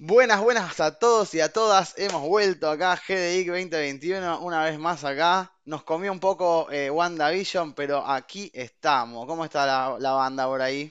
Buenas, buenas a todos y a todas. Hemos vuelto acá, GDIC 2021, una vez más acá. Nos comió un poco WandaVision, pero aquí estamos. ¿Cómo está la banda por ahí?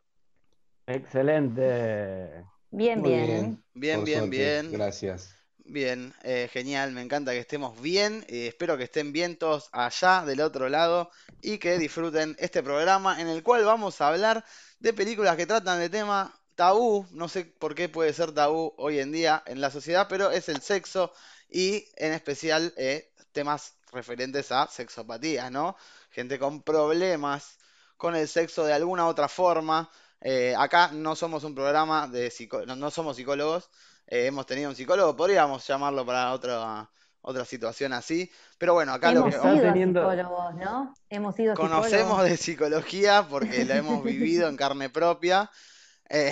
Excelente. Bien, Muy bien, bien. Bien, por bien, suerte, bien. gracias. Bien, genial. Me encanta que estemos bien. Espero que estén bien todos allá del otro lado y que disfruten este programa en el cual vamos a hablar de películas que tratan de tema tabú. No sé por qué puede ser tabú hoy en día en la sociedad, pero es el sexo y en especial temas referentes a sexopatías, ¿no? Gente con problemas con el sexo de alguna otra forma. Acá no somos un programa de no somos psicólogos. Hemos tenido un psicólogo, podríamos llamarlo para otra situación así. Pero bueno, acá lo que Hemos Están vamos, ido a teniendo, psicólogos, ¿no? Hemos sido conocemos psicólogos. de psicología porque la hemos vivido en carne propia. eh,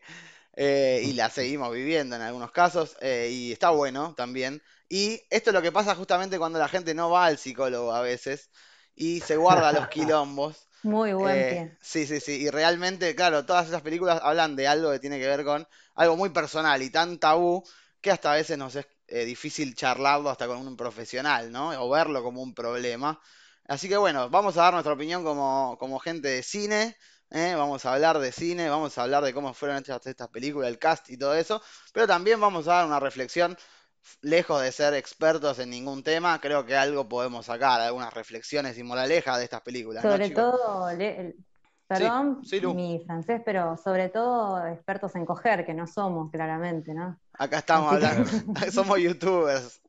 y la seguimos viviendo en algunos casos. Y está bueno también. Y esto es lo que pasa justamente cuando la gente no va al psicólogo a veces y se guarda los quilombos. Muy buen pie. Sí, sí, sí. Y realmente, claro, todas esas películas hablan de algo que tiene que ver con algo muy personal y tan tabú que hasta a veces nos es difícil charlarlo hasta con un profesional, ¿no? O verlo como un problema. Así que bueno, vamos a dar nuestra opinión como gente de cine. Vamos a hablar de cine, vamos a hablar de cómo fueron hechas estas películas, el cast y todo eso. Pero también vamos a dar una reflexión, lejos de ser expertos en ningún tema, creo que algo podemos sacar, algunas reflexiones y moralejas de estas películas, ¿no, Sobre chicos? todo, Sí, perdón sí, Lu. mi francés, pero sobre todo expertos en coger, que no somos, claramente, ¿no? Acá estamos Así que hablando. Somos youtubers.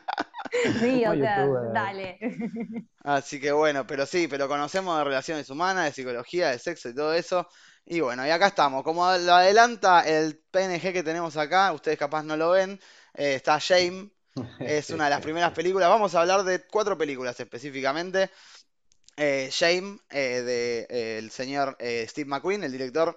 sí, somos o sea, youtubers. dale. Así que bueno, pero sí, pero conocemos de relaciones humanas, de psicología, de sexo y todo eso. Y bueno, y acá estamos. Como lo adelanta el PNG que tenemos acá, ustedes capaz no lo ven, está Shame. Es una de las primeras películas. Vamos a hablar de cuatro películas específicamente. Shame, el señor Steve McQueen, el director,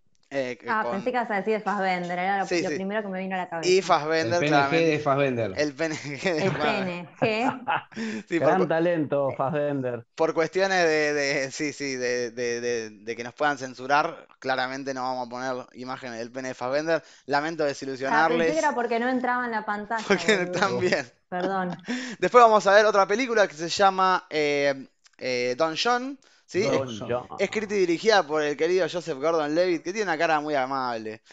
Ah, pensé que ibas a decir de Fassbender, era Sí, lo sí. primero que me vino a la Y cabeza. El Fassbender, PNG claramente. de Fassbender. El PNG de El Fassbender. PNG. Sí, Gran talento, Fassbender. por cuestiones sí, sí, de que nos puedan censurar, claramente no vamos a poner imágenes del pene de Fassbender. Lamento Ah, pensé que desilusionarles, era porque no entraba en la pantalla, porque boludo. también. Perdón. Después vamos a ver otra película que se llama Don John, ¿sí? Don Don John. John. Escrita y dirigida por el querido Joseph Gordon-Levitt, que tiene una cara muy amable.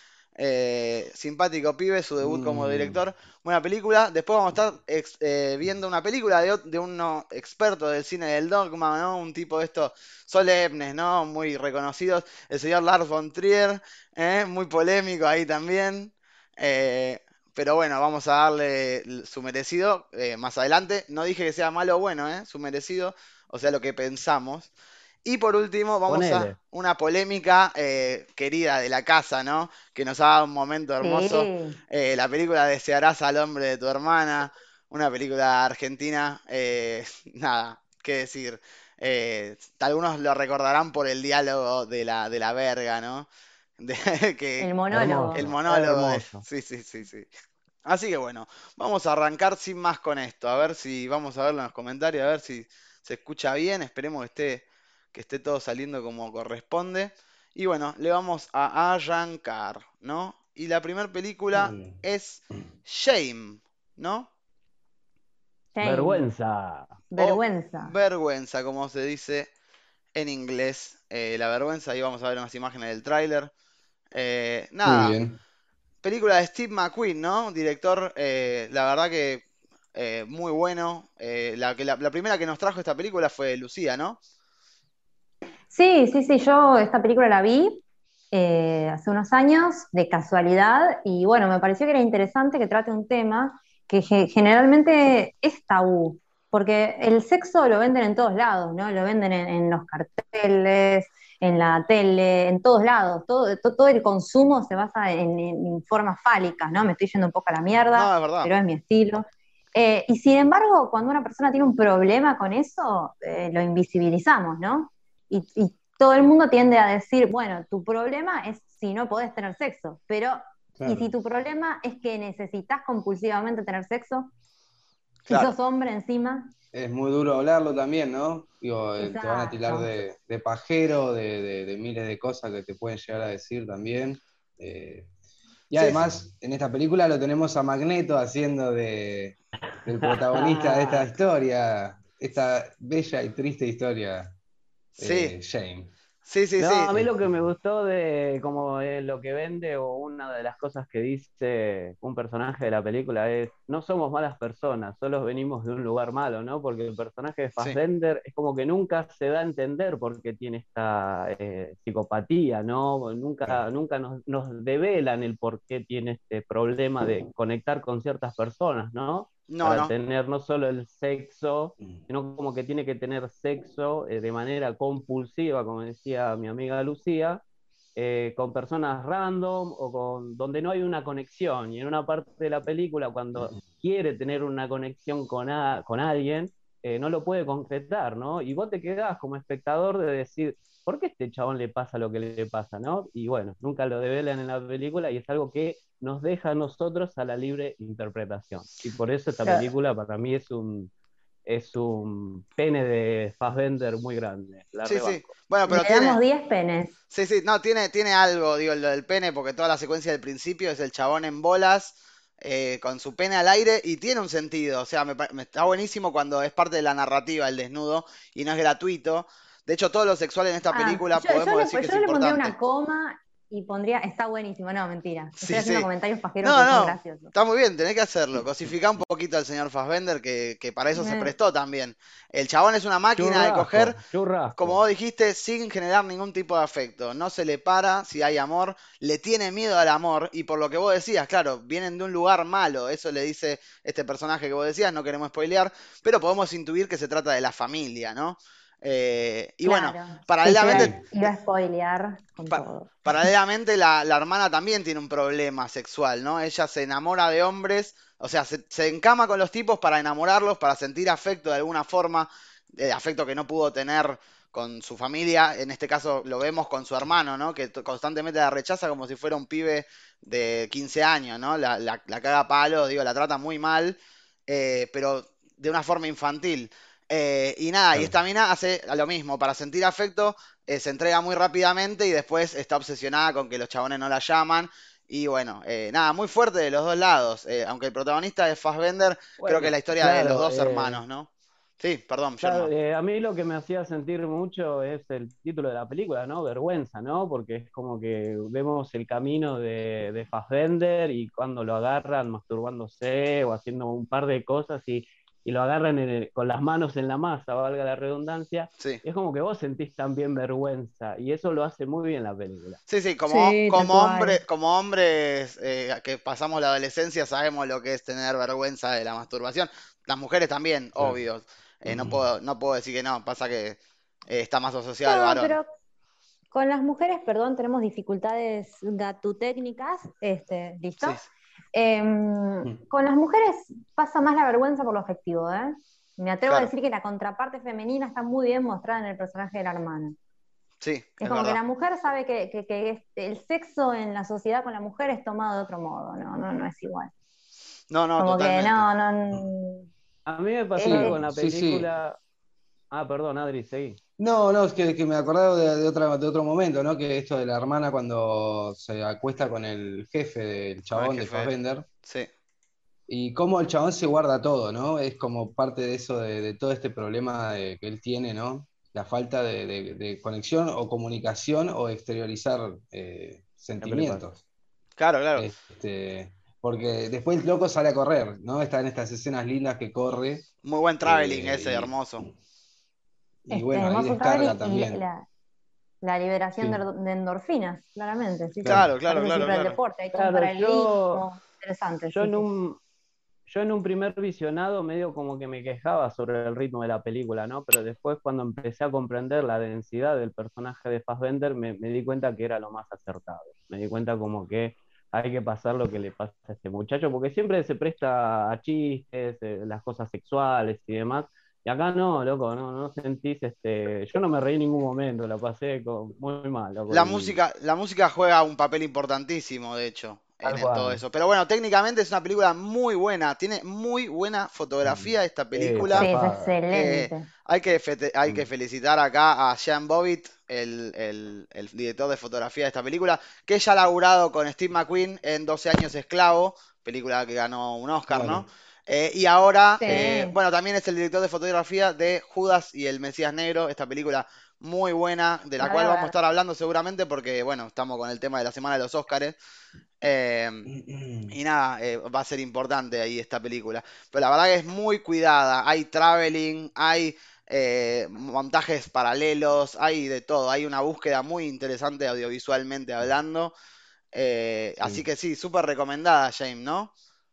Simpático pibe, su debut como Mm, director. Buena película. Después vamos a estar viendo una película de uno experto del cine del dogma, ¿no? Un tipo de estos solemnes, ¿no? Muy reconocidos. El señor Lars von Trier, muy polémico ahí también. Eh, pero bueno, vamos a darle su merecido más adelante. No dije que sea malo o bueno, su merecido, o sea, lo que pensamos. Y por último, vamos a Ponele. una polémica querida de la casa, ¿no? Que nos ha dado un momento hermoso. Sí. La película Desearás al hombre de tu hermana, una película argentina, nada, qué decir. Algunos lo recordarán por el diálogo de la verga, ¿no? El El monólogo. Hermoso, monólogo de... hermoso. Sí, sí, sí, sí. Así que bueno, vamos a arrancar sin más con esto. A ver si vamos a verlo en los comentarios, a ver si se escucha bien. Esperemos que esté todo saliendo como corresponde. Y bueno, le vamos a arrancar, ¿no? Y la primera película dale. es Shame, ¿no? Shame. Vergüenza. O Vergüenza. Vergüenza, como se dice en inglés. La vergüenza, ahí vamos a ver unas imágenes del tráiler. Muy Nada, bien. película de Steve McQueen, ¿no? Director, la verdad que muy bueno. La primera que nos trajo esta película fue Lucía, ¿no? Sí, sí, sí, yo esta película la vi hace unos años de casualidad y bueno, me pareció que era interesante que trate un tema que generalmente es tabú, porque el sexo lo venden en todos lados, ¿no? Lo venden en los carteles, en la tele, en todos lados. Todo el consumo se basa en formas fálicas, ¿no? Me estoy yendo un poco a la mierda, No, es verdad. pero es mi estilo. Y sin embargo, cuando una persona tiene un problema con eso, lo invisibilizamos, ¿no? Y todo el mundo tiende a decir, bueno, tu problema es si no podés tener sexo, pero ¿y Claro. si tu problema es que necesitas compulsivamente tener sexo? Si Claro. sos hombre encima, Es muy duro hablarlo también, ¿no? Digo, te van a tirar exacto. de pajero, de miles de cosas que te pueden llegar a decir también. Eh, Y Sí, sí. además, en esta película lo tenemos a Magneto haciendo del protagonista de esta historia, esta bella y triste historia, Sí, Shane. sí, sí, No, sí. a mí lo que Este, me gustó de como lo que vende o una de las cosas que dice un personaje de la película es, no somos malas personas, solo venimos de un lugar malo, ¿no? Porque el personaje de Sí, Fassbender es como que nunca se da a entender por qué tiene esta psicopatía, ¿no? claro. Nunca nos develan el por qué tiene este problema de conectar con ciertas personas, ¿no? no, Para no. tener no solo el sexo, Mm. sino como que tiene que tener sexo de manera compulsiva, como decía mi amiga Lucía, con personas random o con donde no hay una conexión. Y en una parte de la película, cuando quiere tener una conexión con alguien, no lo puede concretar, ¿no? Y vos te quedás como espectador de decir, ¿por qué a este chabón le pasa lo que le pasa, ¿no? Y bueno, nunca lo develan en la película y es algo que nos deja a nosotros a la libre interpretación. Y por eso esta Pero película para mí es un pene de Fassbender muy grande, la Sí, sí. rebanco. Bueno, le pero damos tiene. 10 penes. Sí, sí, no, tiene algo, digo, lo del pene, porque toda la secuencia del principio es el chabón en bolas, con su pene al aire, y tiene un sentido. O sea, está buenísimo cuando es parte de la narrativa el desnudo y no es gratuito. De hecho, todo lo sexual en esta Ah, película podemos decir que es yo le pondría una importante. coma y pondría, está buenísimo, no, mentira. Estoy Sí, haciendo sí. comentarios pajeros No, porque son no, graciosos. está muy bien, tenés que hacerlo. Cosificar un poquito al señor Fassbender, que para eso se Eh, prestó también. El chabón es una máquina de coger, Churrasco, como churrasco. vos dijiste, sin generar ningún tipo de afecto. No se le para si hay amor, le tiene miedo al amor, y por lo que vos decías, claro, vienen de un lugar malo. Eso le dice este personaje que vos decías, no queremos spoilear, pero podemos intuir que se trata de la familia, ¿no? Y bueno, claro, sí, paralelamente. iba a spoilear con Pa- todo. Paralelamente, la hermana también tiene un problema sexual, ¿no? Ella se enamora de hombres, o sea, se encama con los tipos para enamorarlos, para sentir afecto de alguna forma, afecto que no pudo tener con su familia. En este caso lo vemos con su hermano, ¿no? Que constantemente la rechaza como si fuera un pibe de 15 años, ¿no? La caga a palos, digo, la trata muy mal, pero de una forma infantil. Y nada, y Claro. esta mina hace lo mismo, para sentir afecto se entrega muy rápidamente y después está obsesionada con que los chabones no la llaman. Y bueno, nada, muy fuerte de los dos lados. Aunque el protagonista es Fassbender, creo que es la Bueno, historia de los claro, dos hermanos, ¿no? Sí, perdón, claro, Germán. a mí lo que me hacía sentir mucho es el título de la película, ¿no? Vergüenza, ¿no? Porque es como que vemos el camino de Fassbender y cuando lo agarran masturbándose o haciendo un par de cosas y lo agarran con las manos en la masa, valga la redundancia, Sí. y es como que vos sentís también vergüenza y eso lo hace muy bien la película. Sí, sí, Sí, tal cual. como hombres que pasamos la adolescencia sabemos lo que es tener vergüenza de la masturbación. Las mujeres también, Claro. obvio. No puedo decir que no, pasa que está más asociado al No, varón. pero con las mujeres, perdón, tenemos dificultades gatutécnicas, ¿listo? Sí, Con las mujeres pasa más la vergüenza por lo afectivo, ¿eh? Me atrevo a claro. decir que la contraparte femenina está muy bien mostrada en el personaje de la hermana. Sí, Es es como que verdad. la mujer sabe que el sexo en la sociedad con la mujer es tomado de otro modo, no es igual. No, no, Como que totalmente. A mí me pasó algo es- en la Sí, sí. película. Ah, perdón, Adri, seguí. No, no, es que me acordaba de otro momento, ¿no? Que esto de la hermana cuando se acuesta con el jefe del Con el chabón de jefe. Fassbender Sí. y cómo el chabón se guarda todo, ¿no? Es como parte de eso, de todo este problema que él tiene, ¿no? La falta de conexión o comunicación o exteriorizar Siempre pasa. sentimientos. Claro, claro. Porque después el loco sale a correr, ¿no? Está en estas escenas lindas que corre Muy buen traveling ese, y, hermoso. y bueno, ahí hermoso descarga traveling y también. la liberación Sí, de endorfinas, claramente, sí, sí. Claro, claro. Por claro, eso claro, sirve el claro. deporte, hay que un Claro, paralelismo interesante, yo sí, en sí. un, yo en un primer visionado medio como que me quejaba sobre el ritmo de la película, ¿no? Pero después cuando empecé a comprender la densidad del personaje de Fassbender, me di cuenta que era lo más acertado. Me di cuenta como que hay que pasar lo que le pasa a este muchacho, porque siempre se presta a chistes, las cosas sexuales y demás. Y acá no, loco, no sentís, yo no me reí en ningún momento, la pasé muy mal, loco. La música juega un papel importantísimo, de hecho. tal en todo cual. eso. Pero bueno, técnicamente es una película muy buena, tiene muy buena fotografía esta Sí, Sí, película. es zarpada. excelente. Hay que Mm. felicitar acá a Sean Bobbitt, el director de fotografía de esta película, que ya ha laburado con Steve McQueen en 12 años esclavo, película que ganó un Oscar, ¿no? Claro. Y ahora, Sí, bueno, también es el director de fotografía de Judas y el Mesías Negro, esta película muy buena, de la la voy cual a vamos a ver. estar hablando seguramente porque, bueno, estamos con el tema de la semana de los Oscars. eh, y nada, va a ser importante ahí esta película. Pero la verdad que es muy cuidada. Hay traveling, hay montajes paralelos, hay de todo. Hay una búsqueda muy interesante audiovisualmente hablando. Así Sí, que sí, súper recomendada, James, ¿no?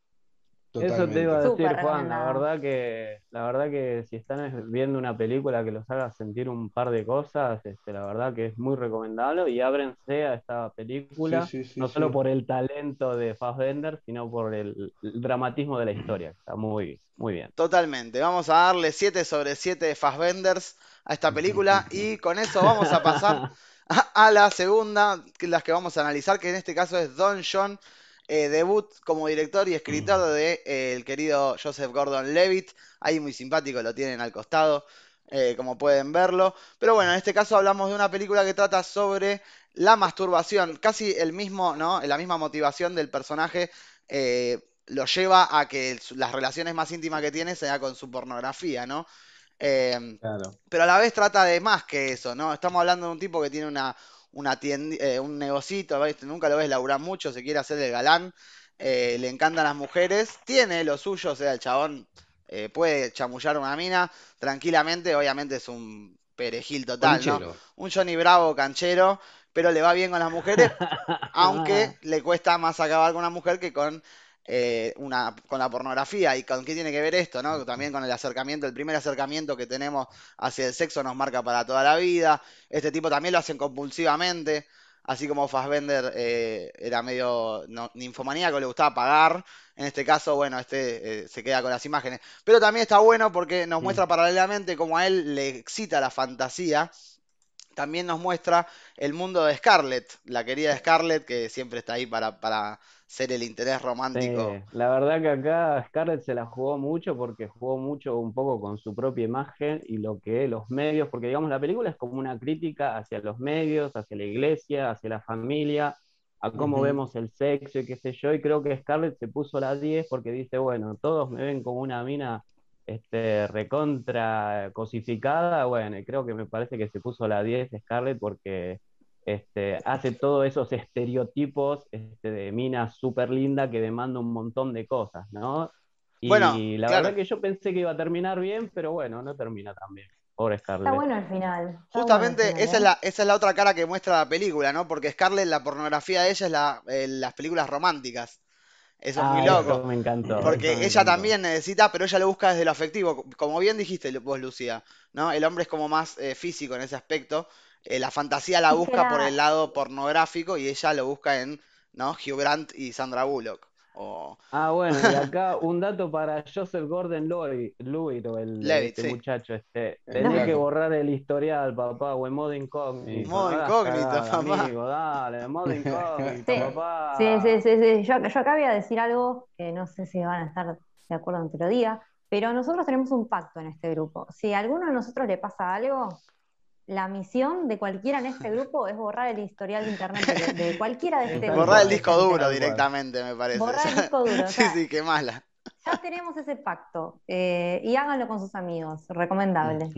Eso te iba a totalmente. decir, Súper Juan, recomendada. la verdad que si están viendo una película que los haga sentir un par de cosas, la verdad que es muy recomendable y ábrense a esta Sí, película, sí, sí, no solo sí. por el talento de Fassbender, sino por el dramatismo de la historia, que está muy, muy bien. Totalmente. Vamos a darle 7 sobre 7 de Fassbenders a esta película y con eso vamos a pasar a la segunda, que las que vamos a analizar, que en este caso es Don John, debut como director y escritor de el querido Joseph Gordon-Levitt. Ahí muy simpático, lo tienen al costado, como pueden verlo. Pero bueno, en este caso hablamos de una película que trata sobre la masturbación, casi el mismo, ¿no? La misma motivación del personaje. Lo lleva a que las relaciones más íntimas que tiene sea con su pornografía, ¿no? Eh, Claro. pero a la vez trata de más que eso, ¿no? Estamos hablando de un tipo que tiene una tienda, un negocito, ¿viste? Nunca lo ves laburar mucho, se quiere hacer el galán, le encantan las mujeres, tiene lo suyo, o sea, el chabón puede chamullar una mina tranquilamente, obviamente es un perejil total, ¿no? Bolichero. Un Johnny Bravo canchero, pero le va bien con las mujeres, aunque le cuesta más acabar con una mujer que con con la pornografía. ¿Y con qué tiene que ver esto, no? También con el acercamiento, el primer acercamiento que tenemos hacia el sexo nos marca para toda la vida. Este tipo también lo hacen compulsivamente, así como Fassbender era medio ninfomaníaco, le gustaba pagar. En este caso, bueno, se queda con las imágenes. Pero también está bueno porque nos muestra Mm. paralelamente cómo a él le excita la fantasía, también nos muestra el mundo de Scarlett, la querida Scarlett, que siempre está ahí para ser el interés Sí, romántico. la verdad que acá Scarlett se la jugó mucho porque jugó mucho un poco con su propia imagen y lo que los medios, porque digamos la película es como una crítica hacia los medios, hacia la iglesia, hacia la familia, a cómo Ujú. vemos el sexo y qué sé yo, y creo que Scarlett se puso la 10 porque dice, bueno, todos me ven como una mina recontra cosificada, bueno, y creo que me parece que se puso la 10 Scarlett porque hace todos esos estereotipos de mina súper linda que demanda un montón de cosas, ¿no? Bueno, Y la verdad claro, que yo pensé que iba a terminar bien, pero bueno, no termina tan bien. Pobre Está Scarlett. bueno el final. Está bueno el justamente final, ¿eh? esa es la otra cara que muestra la película, ¿no? Porque Scarlett, la pornografía de ella es las películas románticas. Eso es muy Ah, loco. eso Porque me ella encantó. también necesita, pero ella lo busca desde lo afectivo. Como bien dijiste vos, Lucía, ¿no? El hombre es como más físico en ese aspecto. La fantasía la Es que busca por el la, lado pornográfico y ella lo busca en, ¿no? Hugh Grant y Sandra Bullock. O Ah, bueno, y acá un dato para Joseph Gordon-Levitt, o Levitt, este sí. muchacho, El tenés los, que flaco. borrar el historial, papá, o en modo Sí. incógnito, no Modo hagas incógnito, cagada, papá. amigo, dale, en modo incógnito, sí, sí, sí, papá. sí, sí. Yo acá voy a decir algo que no sé si van a estar de acuerdo en que lo diga, pero nosotros tenemos un pacto en este grupo. Si a alguno de nosotros le pasa algo, la misión de cualquiera en este grupo es borrar el historial de internet de cualquiera de este Tal grupo Borrar el de cual, disco duro presente. tal cual. directamente, me parece. Borrar el disco duro. O Sí, sea, sí, qué mala. ya tenemos ese pacto. Y háganlo con sus amigos. Recomendable.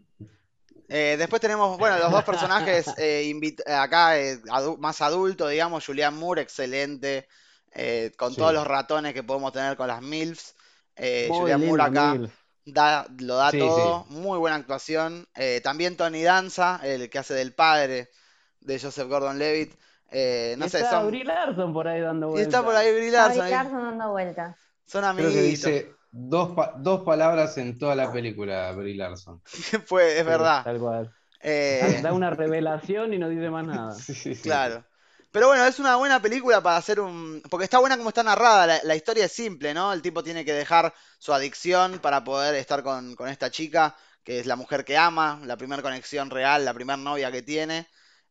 Después tenemos, bueno, los dos personajes acá más adultos, digamos, Julianne Moore, excelente, con todos los Sí, ratones que podemos tener con las MILFs. Muy Julianne Moore linda, acá Mil. lo da sí, todo, sí. muy buena actuación. También Tony Danza, el que hace del padre de Joseph Gordon-Levitt. Y No sé, está Brie Larson por ahí dando y está por vueltas. ahí Brie Está Brie Larson, Larson dando vueltas. son Creo que amiguitos. dice dos palabras en toda la película, Brie Larson. Pues, es Sí, verdad. tal cual. Eh, Da una revelación y no dice más nada. Sí, sí, sí, sí. Claro. Pero bueno, es una buena película para hacer un... Porque está buena como está narrada, la historia es simple, ¿no? El tipo tiene que dejar su adicción para poder estar con esta chica, que es la mujer que ama, la primera conexión real, la primera novia que tiene.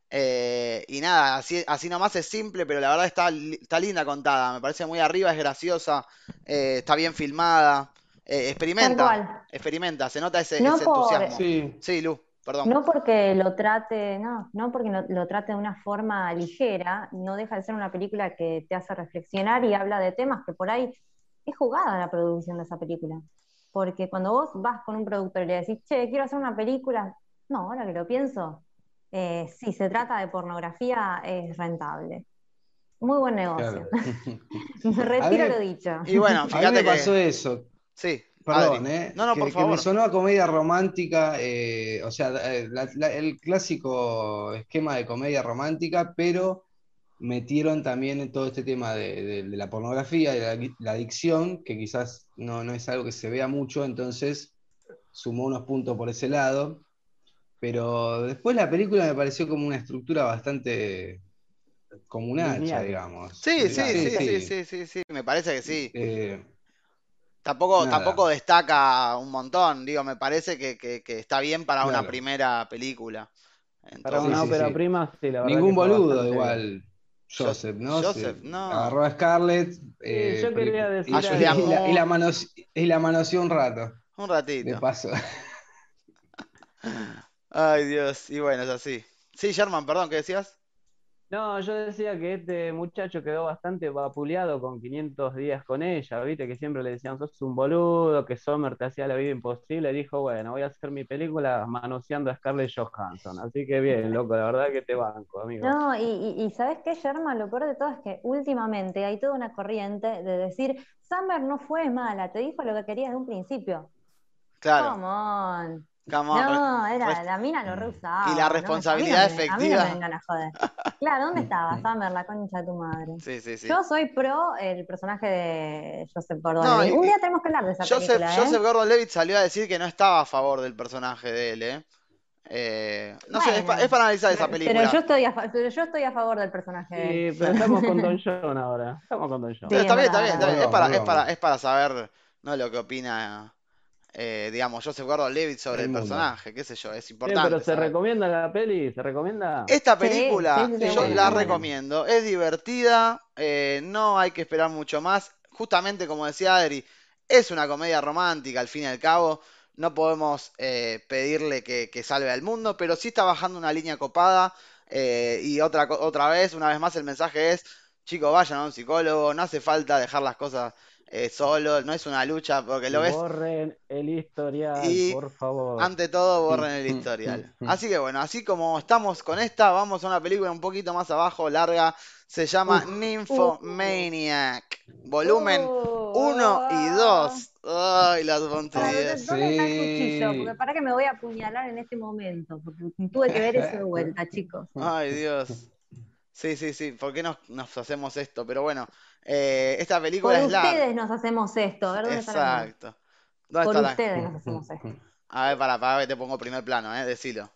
Y nada, así nomás es simple, pero la verdad está linda contada. Me parece muy arriba, es graciosa, está bien filmada. Tal Experimenta, cual. experimenta, se nota ese No por, entusiasmo. Sí, Sí, Lu, perdón. no porque lo trate, no porque lo trate de una forma ligera, no deja de ser una película que te hace reflexionar y habla de temas que por ahí es jugada la producción de esa película. Porque cuando vos vas con un productor y le decís, che, quiero hacer una película, no, ahora que lo pienso, si se trata de pornografía es rentable. Muy buen negocio. claro. Me A retiro mí, lo dicho. Y bueno, a mí fíjate me que. pasó eso. Sí, Adri. Perdón, No, no, por que me favor. sonó a comedia romántica, o sea, el clásico esquema de comedia romántica, pero metieron también en todo este tema de la pornografía, de la adicción, que quizás no es algo que se vea mucho, entonces sumó unos puntos por ese lado, pero después la película me pareció como una estructura bastante comunal, ya Lineal. digamos. Sí, sí, Sí, sí, sí, sí. sí, sí, sí, me parece que sí. Eh, Tampoco nada, destaca un montón, digo, me parece que está bien para una claro. primera película, en Para todo Sí, una sí, caso. ópera sí. prima, sí, la verdad que Ningún está boludo, bastante bien. igual Joseph, ¿no? Joseph, no. Agarró a Scarlett Sí, yo quería A decir Julianne algo. Moore, y la manoseó un rato, un de ratito. paso. Ay, Dios, y bueno, es así. Sí, Sherman, perdón, ¿qué decías? No, yo decía que este muchacho quedó bastante vapuleado con 500 días con ella, viste, que siempre le decían, sos un boludo, que Sommer te hacía la vida imposible. Dijo, bueno, voy a hacer mi película manoseando a Scarlett Johansson. Así que bien, loco, la verdad que te banco, amigo. No, y ¿sabes qué, Sherman? Lo peor de todo es que últimamente hay toda una corriente de decir, Summer no fue mala, te dijo lo que querías de un principio. Claro, Come on. come on, No, res- la mina lo y la reusaba. responsabilidad A mí no me efectiva. vengan a joder. Claro, ¿dónde estaba Summer, la concha de tu madre? Sí, sí, sí. Yo soy pro el personaje de Joseph No, Gordon-Levitt. Un día tenemos que hablar de esa película, ¿eh? Joseph Gordon-Levitt salió a decir que no estaba a favor del personaje de él, ¿eh? No sé, es Bueno, para analizar esa película. pero yo estoy a favor del personaje de él. Sí, pero estamos con Don John ahora. Estamos con Don Sí, John. es Está bien, está verdad, bien, es está bien. verdad. Volvamos, Es volvamos. para saber, ¿no? Lo que opina, digamos, Joseph Gordon-Levitt sobre El el mundo. personaje, qué sé yo, es Pero importante ¿se saber. recomienda la peli? ¿Se recomienda? Esta Sí, sí, película sí, sí, es yo buena, la es buena. Sí. recomiendo, es divertida, no hay que esperar mucho más. Justamente como decía Adri, es una comedia romántica al fin y al cabo. No podemos pedirle que salve al mundo, pero sí está bajando una línea copada. Y otra vez, una vez más, el mensaje es: chicos, vayan a un psicólogo, no hace falta dejar las cosas solo, no es una lucha, porque Y lo ves. borren el historial, Y por favor. ante todo, borren el historial. Así que bueno, así como estamos con esta, vamos a una película un poquito más abajo, larga. Se llama Uf, Nymphomaniac, volumen uno y ah. 2. Ay, las von Trier. ¿Dónde está el cuchillo? Porque Sí. para que me voy a apuñalar en este momento, porque tuve que ver eso de vuelta, chicos. Ay, Dios. Sí, sí, sí. ¿Por qué nos hacemos esto? Pero bueno, esta Por película es larga. ustedes nos hacemos esto. A ver, ¿dónde está la mía? Exacto. ¿Dónde Por está la? ustedes nos hacemos esto. A ver, para ver, te pongo primer plano, decilo.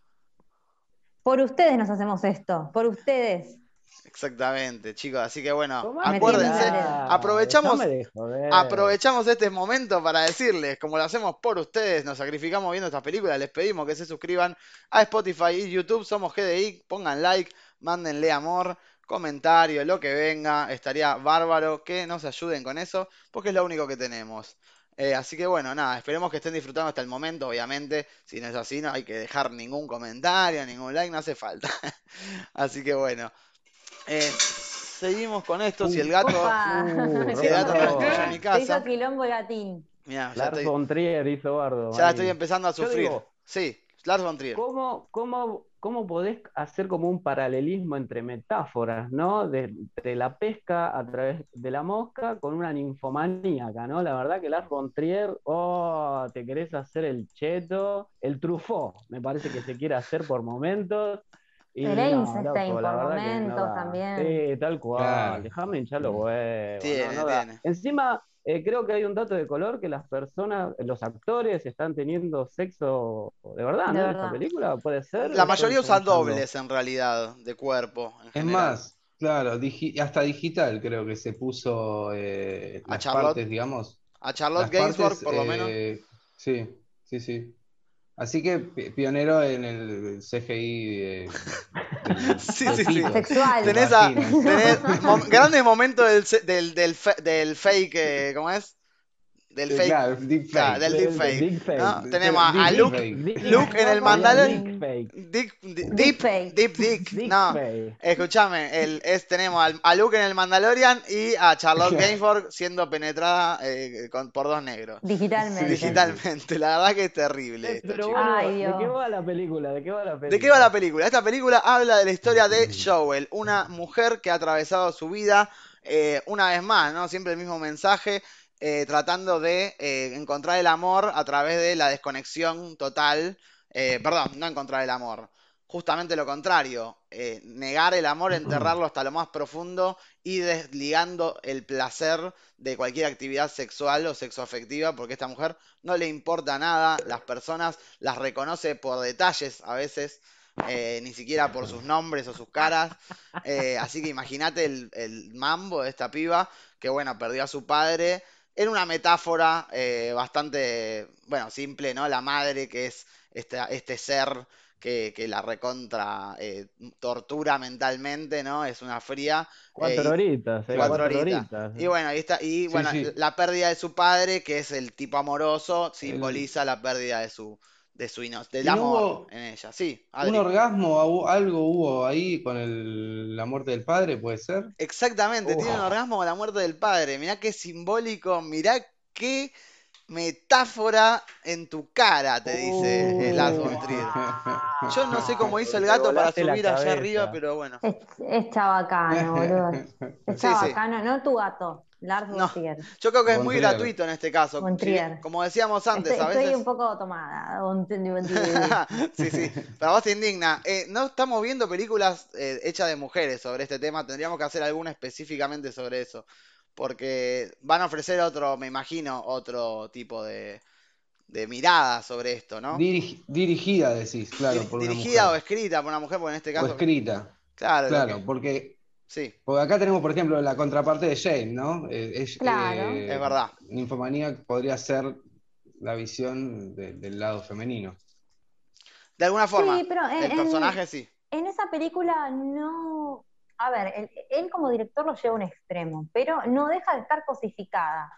Por ustedes nos hacemos esto. Por ustedes. Exactamente, chicos. Así que bueno, Me tiembla el acuérdense, dedo. Tomátela, déjame aprovechamos, de joder. aprovechamos este momento para decirles, como lo hacemos por ustedes, nos sacrificamos viendo estas películas, les pedimos que se suscriban a Spotify y YouTube, somos GDI, pongan like, mándenle amor, comentarios, lo que venga, estaría bárbaro que nos ayuden con eso, porque es lo único que tenemos. Así que bueno, nada, esperemos que estén disfrutando hasta el momento, obviamente, si no es así, no hay que dejar ningún comentario, ningún like, no hace falta. Así que bueno. Seguimos con esto. Si el gato, Opa, si el gato no destruye mi se hizo casa. quilombo el gatín. Mira, Lars von Trier hizo bardo ya estoy ahí. empezando a Yo sufrir. digo, Sí, Lars von Trier. ¿cómo podés hacer como un paralelismo entre metáforas, ¿no? Entre la pesca a través de la mosca con una ninfomaníaca, ¿no? La verdad que Lars von Trier, oh, te querés hacer el cheto, el Truffaut, me parece que se quiere hacer por momentos. El Y no, Einstein loco, la por verdad que no momentos da. también. Sí, tal cual, Claro. déjame hinchar los huevos, no, Tiene, no da. tiene. Encima, creo que hay un dato de color que las personas, los actores están teniendo sexo de verdad, De ¿no? En esta verdad. película, ¿puede ser? La ¿O estoy mayoría usa chamullando? dobles en realidad de cuerpo en Es general. más, claro, hasta digital creo que se puso A las Charlotte, partes, digamos. a Charlotte Las Gainsbourg partes, por lo menos. sí, sí, sí. Así que pionero en el CGI Sí, del sí, sí. pito, Sexual. de Tenés, vagina. grandes momentos del fake, ¿cómo es? Del fake, Claro, claro, deepfake. del Del deepfake, Big Fake. ¿no? Tenemos a Dick, Luke, Deepfake. Dick, Luke en el Loco sería Mandalorian. Dick y Fake. Dick Fake. Deep Dick. Dick No, Fake. escúchame, tenemos a Luke en el Mandalorian y a Charlotte Gainsbourg siendo penetrada por dos negros. Sí, Digitalmente. sí, sí. Digitalmente, la verdad que es terrible esto, Pero chicos. bueno, Ay, ¿de qué Dios. va la película? ¿De qué va la ¿De qué va la película? película? Esta película habla de la historia de Joel, una mujer que ha atravesado su vida una vez más, ¿no? Siempre el mismo mensaje, tratando de encontrar el amor a través de la desconexión total. Perdón, no encontrar el amor. Justamente lo contrario, negar el amor, enterrarlo hasta lo más profundo y desligando el placer de cualquier actividad sexual o sexoafectiva, porque a esta mujer no le importa nada, las personas las reconoce por detalles a veces, ni siquiera por sus nombres o sus caras. Así que imagínate el mambo de esta piba, que bueno, perdió a su padre. En una metáfora bastante, bueno, simple, ¿no? La madre que es este ser que la recontra tortura mentalmente, ¿no? Es una fría. Cuatro Y horitas, Claro. 4 horitas. 4 horitas. Y bueno, ahí está. Y Sí, bueno, sí. la pérdida de su padre, que es el tipo amoroso, El- simboliza la pérdida del ¿Y no amor hubo en ella. Sí, un Adri. orgasmo? ¿Algo hubo ahí con la muerte del padre? ¿Puede ser? Exactamente, tiene un Uf. orgasmo con la muerte del padre. Mirá qué simbólico, mirá qué metáfora en tu cara, te dice Lars von Trier. Yo no sé cómo hizo el Me gato para volaste la subir allá arriba, cabeza. pero bueno. Es chabacano, boludo. Es Sí, sí. chabacano, no tu gato, Lars No, von Trier. yo creo que es Von muy Trier. gratuito en este caso. Von Trier. Como decíamos antes, a Estoy un veces. poco tomada. Von Trier. Sí, sí, pero a vos te indigna. No estamos viendo películas hechas de mujeres sobre este tema, tendríamos que hacer alguna específicamente sobre eso, porque van a ofrecer otro, me imagino, otro tipo de mirada sobre esto, ¿no? Dirigida, decís, claro, por una Dirigida o mujer. escrita por una mujer, porque en este O caso, escrita. claro, lo Claro, que... Sí, porque acá tenemos, por ejemplo, la contraparte de Jane, ¿no? Claro. es verdad. Ninfomanía podría ser la visión del lado femenino. De alguna forma, Sí, pero el personaje sí. en esa película no. A ver, él como director lo lleva a un extremo, pero no deja de estar cosificada.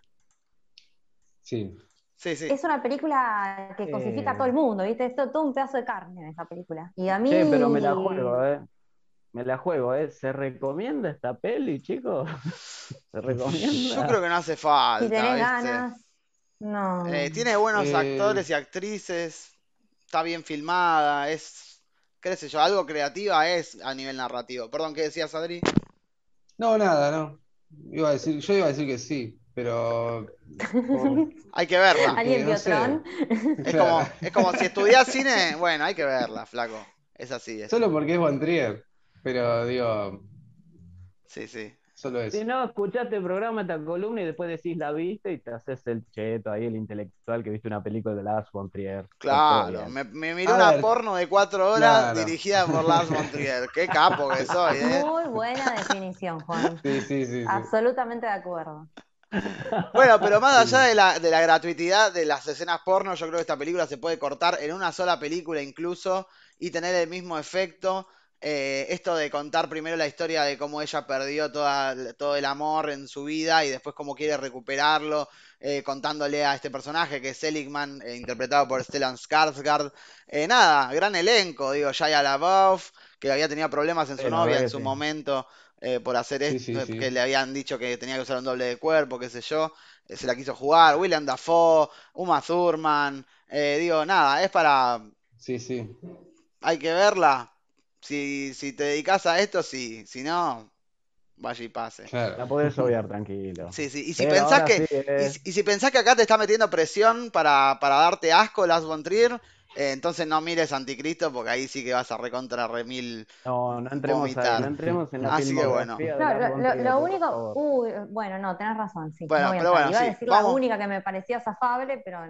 Sí. Sí, sí. Es una película que cosifica a todo el mundo, ¿viste? Es todo un pedazo de carne en esa película. Y a Che, pero me la mí, juego, ¿eh? Me la juego, ¿eh? ¿Se recomienda esta peli, chicos? ¿Se Yo creo recomienda? que no hace si falta, tenés ¿viste? ganas, no. Tiene buenos Eh, actores y actrices, está bien filmada, qué sé yo, algo creativa es a nivel narrativo. Perdón, ¿qué decías, Adri? no, nada, no. Yo iba a decir que sí, pero por- Hay que verla. ¿Alguien porque no vio Tron? sé. Claro. Es como si estudiás cine, bueno, hay que verla, flaco. Es así esto. Solo porque es Von Trier, pero digo, Sí, sí. solo Si eso. no, escuchaste el programa, esta columna y después decís la viste y te haces el cheto ahí, el intelectual que viste una película de Lars von Trier. Está todo Claro, bien. me miré A una ver, porno de 4 horas claro. dirigida por Lars von Trier. Qué capo que soy, ¿eh? Muy buena definición, Juan. Sí, sí, sí, sí. Absolutamente de acuerdo. Bueno, pero más allá Sí. de la gratuitidad de las escenas porno, yo creo que esta película se puede cortar en una sola película incluso y tener el mismo efecto. Esto de contar primero la historia de cómo ella perdió todo el amor en su vida y después cómo quiere recuperarlo, contándole a este personaje que es Seligman, interpretado por Stellan Skarsgård. Nada, gran elenco, digo, Shia LaBeouf, que había tenido problemas en Sí, su la novia en verdad su que sí. momento por hacer Sí, esto, sí, que sí. le habían dicho que tenía que usar un doble de cuerpo, qué sé yo, se la quiso jugar, William Dafoe, Uma Thurman, digo, nada, es para, Sí, sí. hay que verla, si te dedicas a esto, sí, si no, vaya y pase. La Claro. podés obviar tranquilo. Sí, sí, Pero ahora sí, y si pensás que acá te está metiendo presión para darte asco Lars von Trier, entonces no mires Anticristo porque ahí sí que vas a recontra remil no, no entremos ahí, no vomitar. entremos en la Así que bueno. filmografía de No, Lars von Trier, lo por único, favor. uy, bueno, no, tenés razón, sí, no Bueno, voy a pero entrar. bueno, Iba a sí, decir la vamos, única que me parecía zafable, pero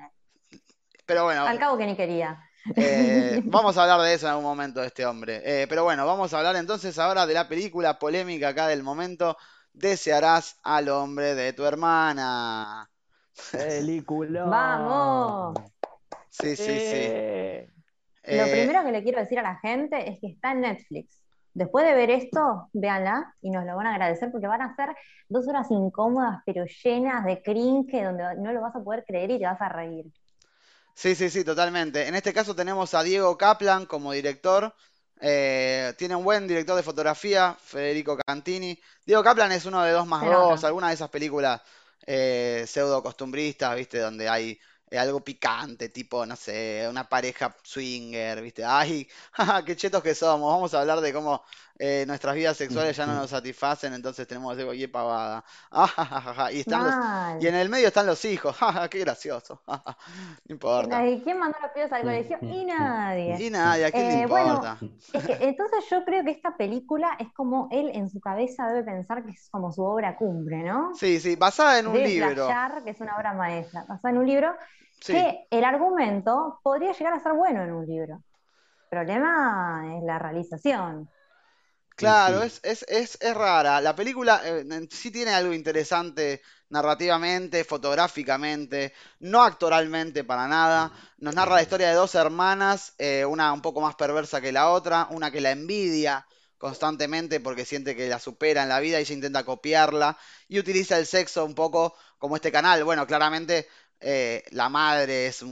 pero al bueno, cabo que ni quería. vamos a hablar de eso en algún momento de este hombre. Pero bueno, vamos a hablar entonces ahora de la película polémica acá del momento. Desearás al hombre de tu hermana. Peliculón. ¡Vamos! Sí, sí, sí. Eh, Lo Eh, primero que le quiero decir a la gente es que está en Netflix. Después de ver esto, véanla y nos lo van a agradecer porque van a ser 2 horas incómodas, pero llenas de cringe, donde no lo vas a poder creer y te vas a reír. Sí, sí, sí, totalmente. En este caso tenemos a Diego Kaplan como director. Tiene un buen director de fotografía, Federico Cantini. Diego Kaplan es uno de Dos más Se Dos, nota. alguna de esas películas pseudo costumbristas, ¿viste? Donde hay algo picante, tipo, no sé, una pareja swinger, ¿viste? Ay, jaja, qué chetos que somos. Vamos a hablar de cómo nuestras vidas sexuales ya no nos satisfacen, entonces tenemos que hacer cualquier pavada. Ah, ja, ja, ja, ja. Y Mal. en el medio están los hijos. Ja, ja, qué gracioso. Ja, ja. No importa. ¿Quién mandó a los pibes al colegio? Y nadie. Y nada, ¿y a quién le Bueno, importa? es que entonces yo creo que esta película es como él en su cabeza debe pensar que es como su obra cumbre, ¿no? Sí, sí, basada en un Debe libro. flashear que es una obra maestra, basada en un libro, Sí, que el argumento podría llegar a ser bueno en un libro. El problema es la realización. Y claro, sí. es rara. La película en sí tiene algo interesante narrativamente, fotográficamente, no actoralmente para nada. Nos narra la historia de dos hermanas, una un poco más perversa que la otra, una que la envidia constantemente porque siente que la supera en la vida y ella intenta copiarla y utiliza el sexo un poco como este canal. Bueno, claramente la madre es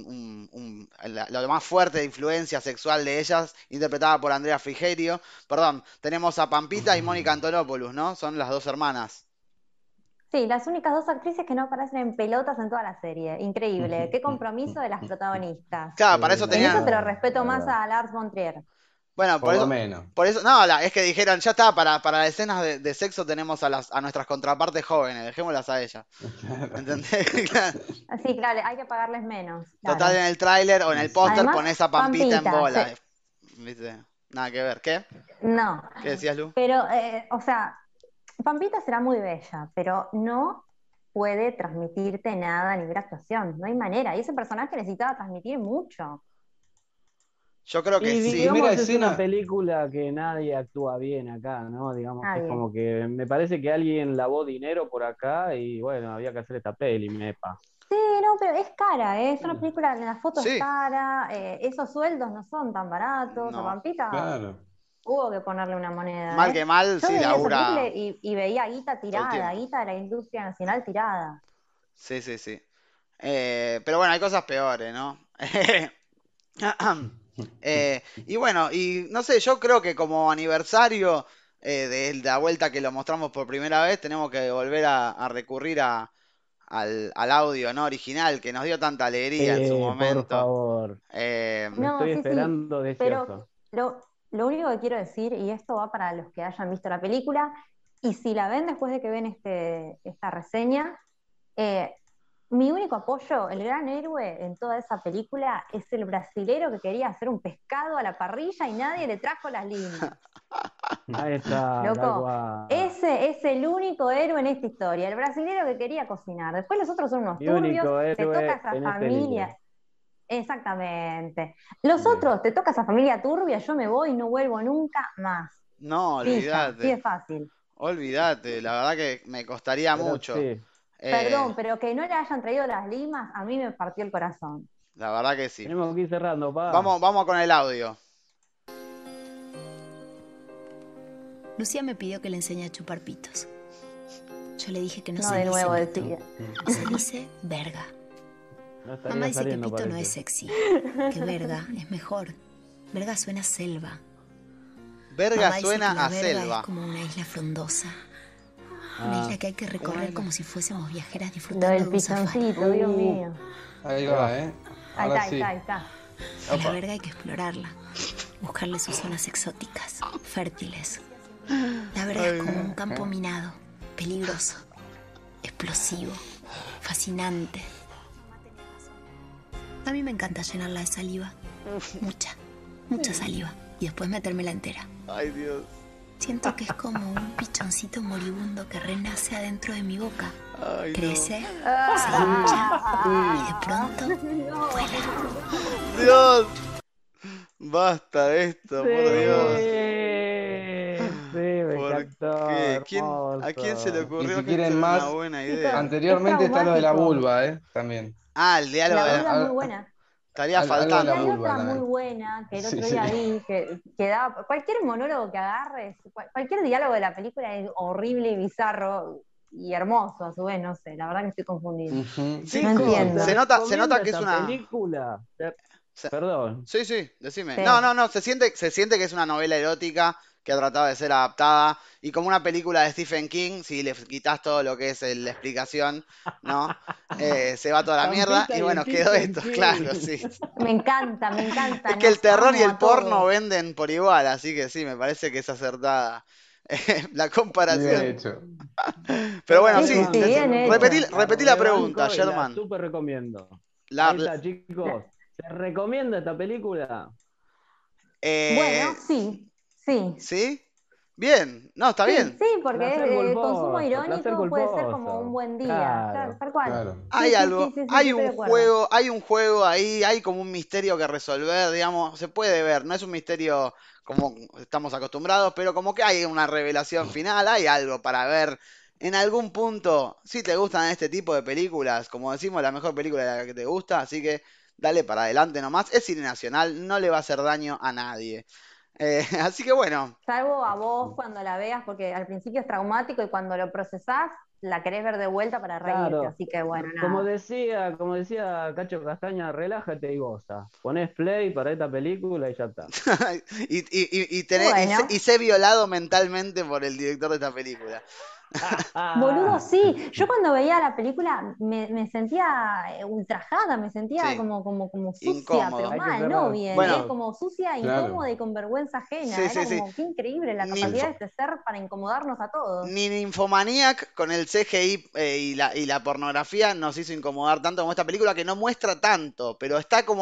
lo más fuerte de influencia sexual de ellas, interpretada por Andrea Frigerio. Perdón, tenemos a Pampita y Mónica Antonopoulos, ¿no? Son las dos hermanas. Sí, las únicas dos actrices que no aparecen en pelotas en toda la serie. Increíble. Qué compromiso de las protagonistas. Claro, para sí, eso la En eso te tenían. lo verdad, respeto la más verdad. a Lars von Trier. Bueno, Por lo menos. por eso, no, es que dijeron, ya está, para las escenas de sexo tenemos a nuestras contrapartes jóvenes, dejémoslas a ellas. ¿Entendés? Claro. Así, claro, hay que pagarles menos, Total, claro. en el tráiler o en el póster Además, pones a Pampita en Pampita, bola. ¿Viste? Nada que ver. ¿Qué? no. ¿Qué decías, Lu? Pero, o sea, Pampita será muy bella, pero no puede transmitirte nada a nivel actuación. No hay manera. Y ese personaje necesitaba transmitir mucho. Yo creo que Y La sí. primera digamos, es una escena, película que nadie actúa bien acá, ¿no? Digamos, es Nadie. como que me parece que alguien lavó dinero por acá y bueno, había que hacer esta peli, mepa. Sí, no, pero es cara, ¿eh? Es una película, la foto es Sí. cara, esos sueldos no son tan baratos. A No. Pampita claro. hubo que ponerle una moneda, Mal ¿eh? que mal, Yo sí, veía esa labura película y veía guita todo el tirada, tiempo. guita de la industria nacional tirada. Sí, sí, sí. Pero bueno, hay cosas peores, ¿no? Y bueno, y no sé, yo creo que como aniversario de la vuelta que lo mostramos por primera vez, tenemos que volver a recurrir al audio, ¿no? Original, que nos dio tanta alegría en su Por momento. favor, Eh, lo No, estoy sí, sí, esperando pero deseoso. lo único que quiero decir, y esto va para los que hayan visto la película, y si la ven después de que ven esta reseña, eh, mi único apoyo, el gran héroe en toda esa película, es el brasilero que quería hacer un pescado a la parrilla y nadie le trajo las limas. Ahí está, tal Loco, cual. ese es el único héroe en esta historia, el brasilero que quería cocinar. Después los otros son unos Mi turbios, único te toca héroe esa en este libro. familia. Exactamente. Los Bien. otros, te toca esa familia turbia, yo me voy y no vuelvo nunca más. no, Fija, así olvídate, de fácil. olvídate, la verdad que me costaría Pero mucho. sí, Eh, Perdón, pero que no le hayan traído las limas, a mí me partió el corazón. la verdad que sí. tenemos que ir cerrando, pa. Vamos con el audio. Lucía me pidió que le enseñe a chupar pitos. Yo le dije que no No se de dice nuevo pito, decía. se dice verga. No estaría Mamá dice que saliendo, pito no parece. es sexy, que verga es mejor. Verga suena a selva. Verga Mamá dice suena que la a verga selva. es como una isla frondosa. Ah, Una isla que hay que ¿Cómo recorrer es? como si fuésemos viajeras Lo disfrutando del de un safari. pichoncito, Dios mío. Ahí va. va, Ahí Ahora está, sí. ahí está. A la Opa. verga hay que explorarla, buscarle sus zonas exóticas, fértiles. La verga es como un campo minado, peligroso, explosivo, fascinante. A mí me encanta llenarla de saliva, mucha saliva, y después metérmela entera. Ay, Dios. Siento que es como un pichoncito moribundo que renace adentro de mi boca. Ay, no. Crece, se hincha y de pronto vuela. Dios. Basta de esto, Sí, por Dios. sí, me ¿Por encantó, qué? ¿A quién se le hermoso. Y ocurrió si que esto quieren era una más, buena Chicos, idea? es anteriormente está lo de la traumático. vulva, también. Ah, el diálogo La de vulva es muy buena. Estaría Algo de Y la faltando. hay vulva otra muy también. buena que el Sí, otro sí. día vi, que da, cualquier monólogo que agarres, cualquier diálogo de la película es horrible y bizarro y hermoso a su vez, no sé, la verdad que estoy confundida. Ujú. Sí, No Sí, Chicos, sí. entiendo. ¿se se nota recomienda que es esta una. película? se- Perdón. Sí, sí, decime. No, Sí. no, no, se siente que es una novela erótica que ha tratado de ser adaptada. Y como una película de Stephen King, si le quitas todo lo que es la explicación, ¿no? Se va toda la mierda. Campita Y y bueno, quedó Stephen esto, claro, King. sí. Me encanta, Es que el nos terror y amo el a porno todos. venden por igual, así que sí, me parece que es acertada la Bien comparación. hecho. Pero Yo la bueno, Sí, sí, sí, sí, bien repetí, hecho. la repetí la pregunta, rebanco y la Sherman. súper recomiendo. La, Ahí la- está, chicos. ¿Se recomienda esta película? Bueno, eh, sí, sí. ¿Sí? Bien, no, está Sí, bien. sí, Placer porque consumo placer irónico puede ser como un culposo. buen día, claro, Claro. tal cual. Claro. Sí, Hay sí, sí, algo, sí, sí, sí, estoy de acuerdo. hay un juego ahí, hay como un misterio que resolver, digamos, se puede ver, no es un misterio como estamos acostumbrados, pero como que hay una revelación final, hay algo para ver. En algún punto, si te gustan este tipo de películas, como decimos, la mejor película de la que te gusta, así que dale para adelante nomás. Es cine nacional, no le va a hacer daño a nadie. Así que bueno, Salvo a vos cuando la veas, porque al principio es traumático y cuando lo procesás, la querés ver de vuelta para reírte. Claro. Así que bueno, nada. Como decía Cacho Castaña, relájate y goza. Ponés play para esta película y ya está. y Bueno, sé violado mentalmente por el director de esta película. boludo, sí. Yo cuando veía la película me sentía ultrajada, me sentía Sí, como sucia, pero incómodo. Hay que mal, no cerrar bien, ¿eh? Bueno, ciclos. Como sucia, Claro. incómoda y con vergüenza sí, ajena. sí, Era sí. como, qué increíble la capacidad de Ninfo- este ser para incomodarnos a todos. Ni Nymphomaniac con el CGI y la pornografía nos hizo incomodar tanto como esta película que no muestra tanto, pero está como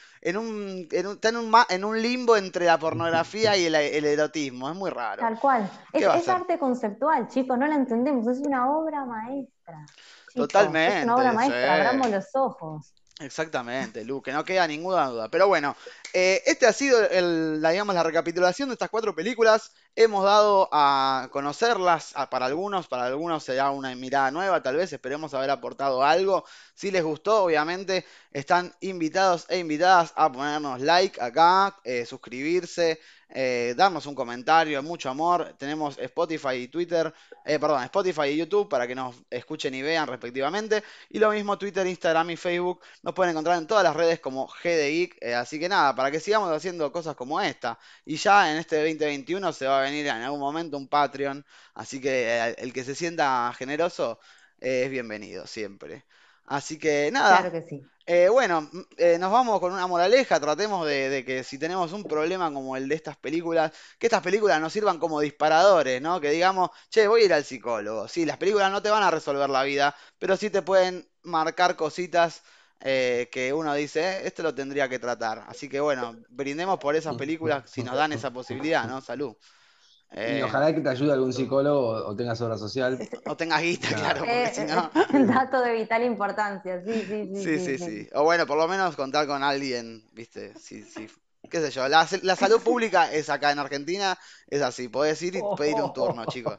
está en un limbo entre la pornografía y el erotismo. Es muy raro. Tal cual. ¿Qué va a Es ser? arte conceptual, chicos, no la entendemos. Es una obra maestra. Chicos, es una obra Totalmente, sí. maestra, abramos los ojos. Exactamente, Lu, que no queda ninguna duda. Pero bueno, este ha sido digamos, la recapitulación de estas cuatro películas. Hemos dado a conocerlas para algunos será una mirada nueva, tal vez esperemos haber aportado algo. Si les gustó, obviamente, están invitados e invitadas a ponernos like acá, suscribirse, darnos un comentario, mucho amor. Tenemos Spotify y Twitter, perdón, Spotify y YouTube para que nos escuchen y vean respectivamente. Y lo mismo Twitter, Instagram y Facebook. Nos pueden encontrar en todas las redes como GDGeek. Así que nada, para que sigamos haciendo cosas como esta. Y ya en este 2021 se va a venir en algún momento un Patreon. Así que el que se sienta generoso es bienvenido siempre. Así que Claro nada. que sí. Bueno, nos vamos con una moraleja, tratemos de que si tenemos un problema como el de estas películas, que estas películas nos sirvan como disparadores, ¿no? Que digamos, che, voy a ir al psicólogo. Sí, las películas no te van a resolver la vida, pero sí te pueden marcar cositas que uno dice, esto lo tendría que tratar". Así que bueno, brindemos por esas películas si nos dan esa posibilidad, ¿no? Salud. Y Eh, ojalá que te ayude algún psicólogo o tengas obra social. o tengas guita, Nada. claro, porque si no... Dato de vital importancia, sí, sí, sí, Sí, sí, sí, sí. sí. O bueno, por lo menos contar con alguien, ¿viste? Sí, sí. Qué sé yo. La salud pública es acá en Argentina, es así. Podés ir y pedir un turno, chicos.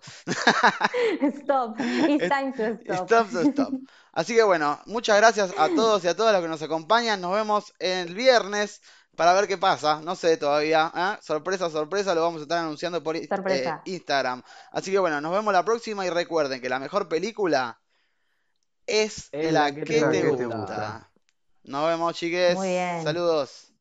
Stop, it's Es- time to stop. Stop, stop. Así que bueno, muchas gracias a todos y a todas los que nos acompañan. Nos vemos el viernes para ver qué pasa. No sé todavía. ¿Eh? Sorpresa, sorpresa, lo vamos a estar anunciando por Sorpresa. Instagram. Así que bueno, nos vemos la próxima y recuerden que la mejor película es Es la la que Es te que la te que te gusta. gusta. gusta. Nos vemos, Muy chiques. bien. Saludos.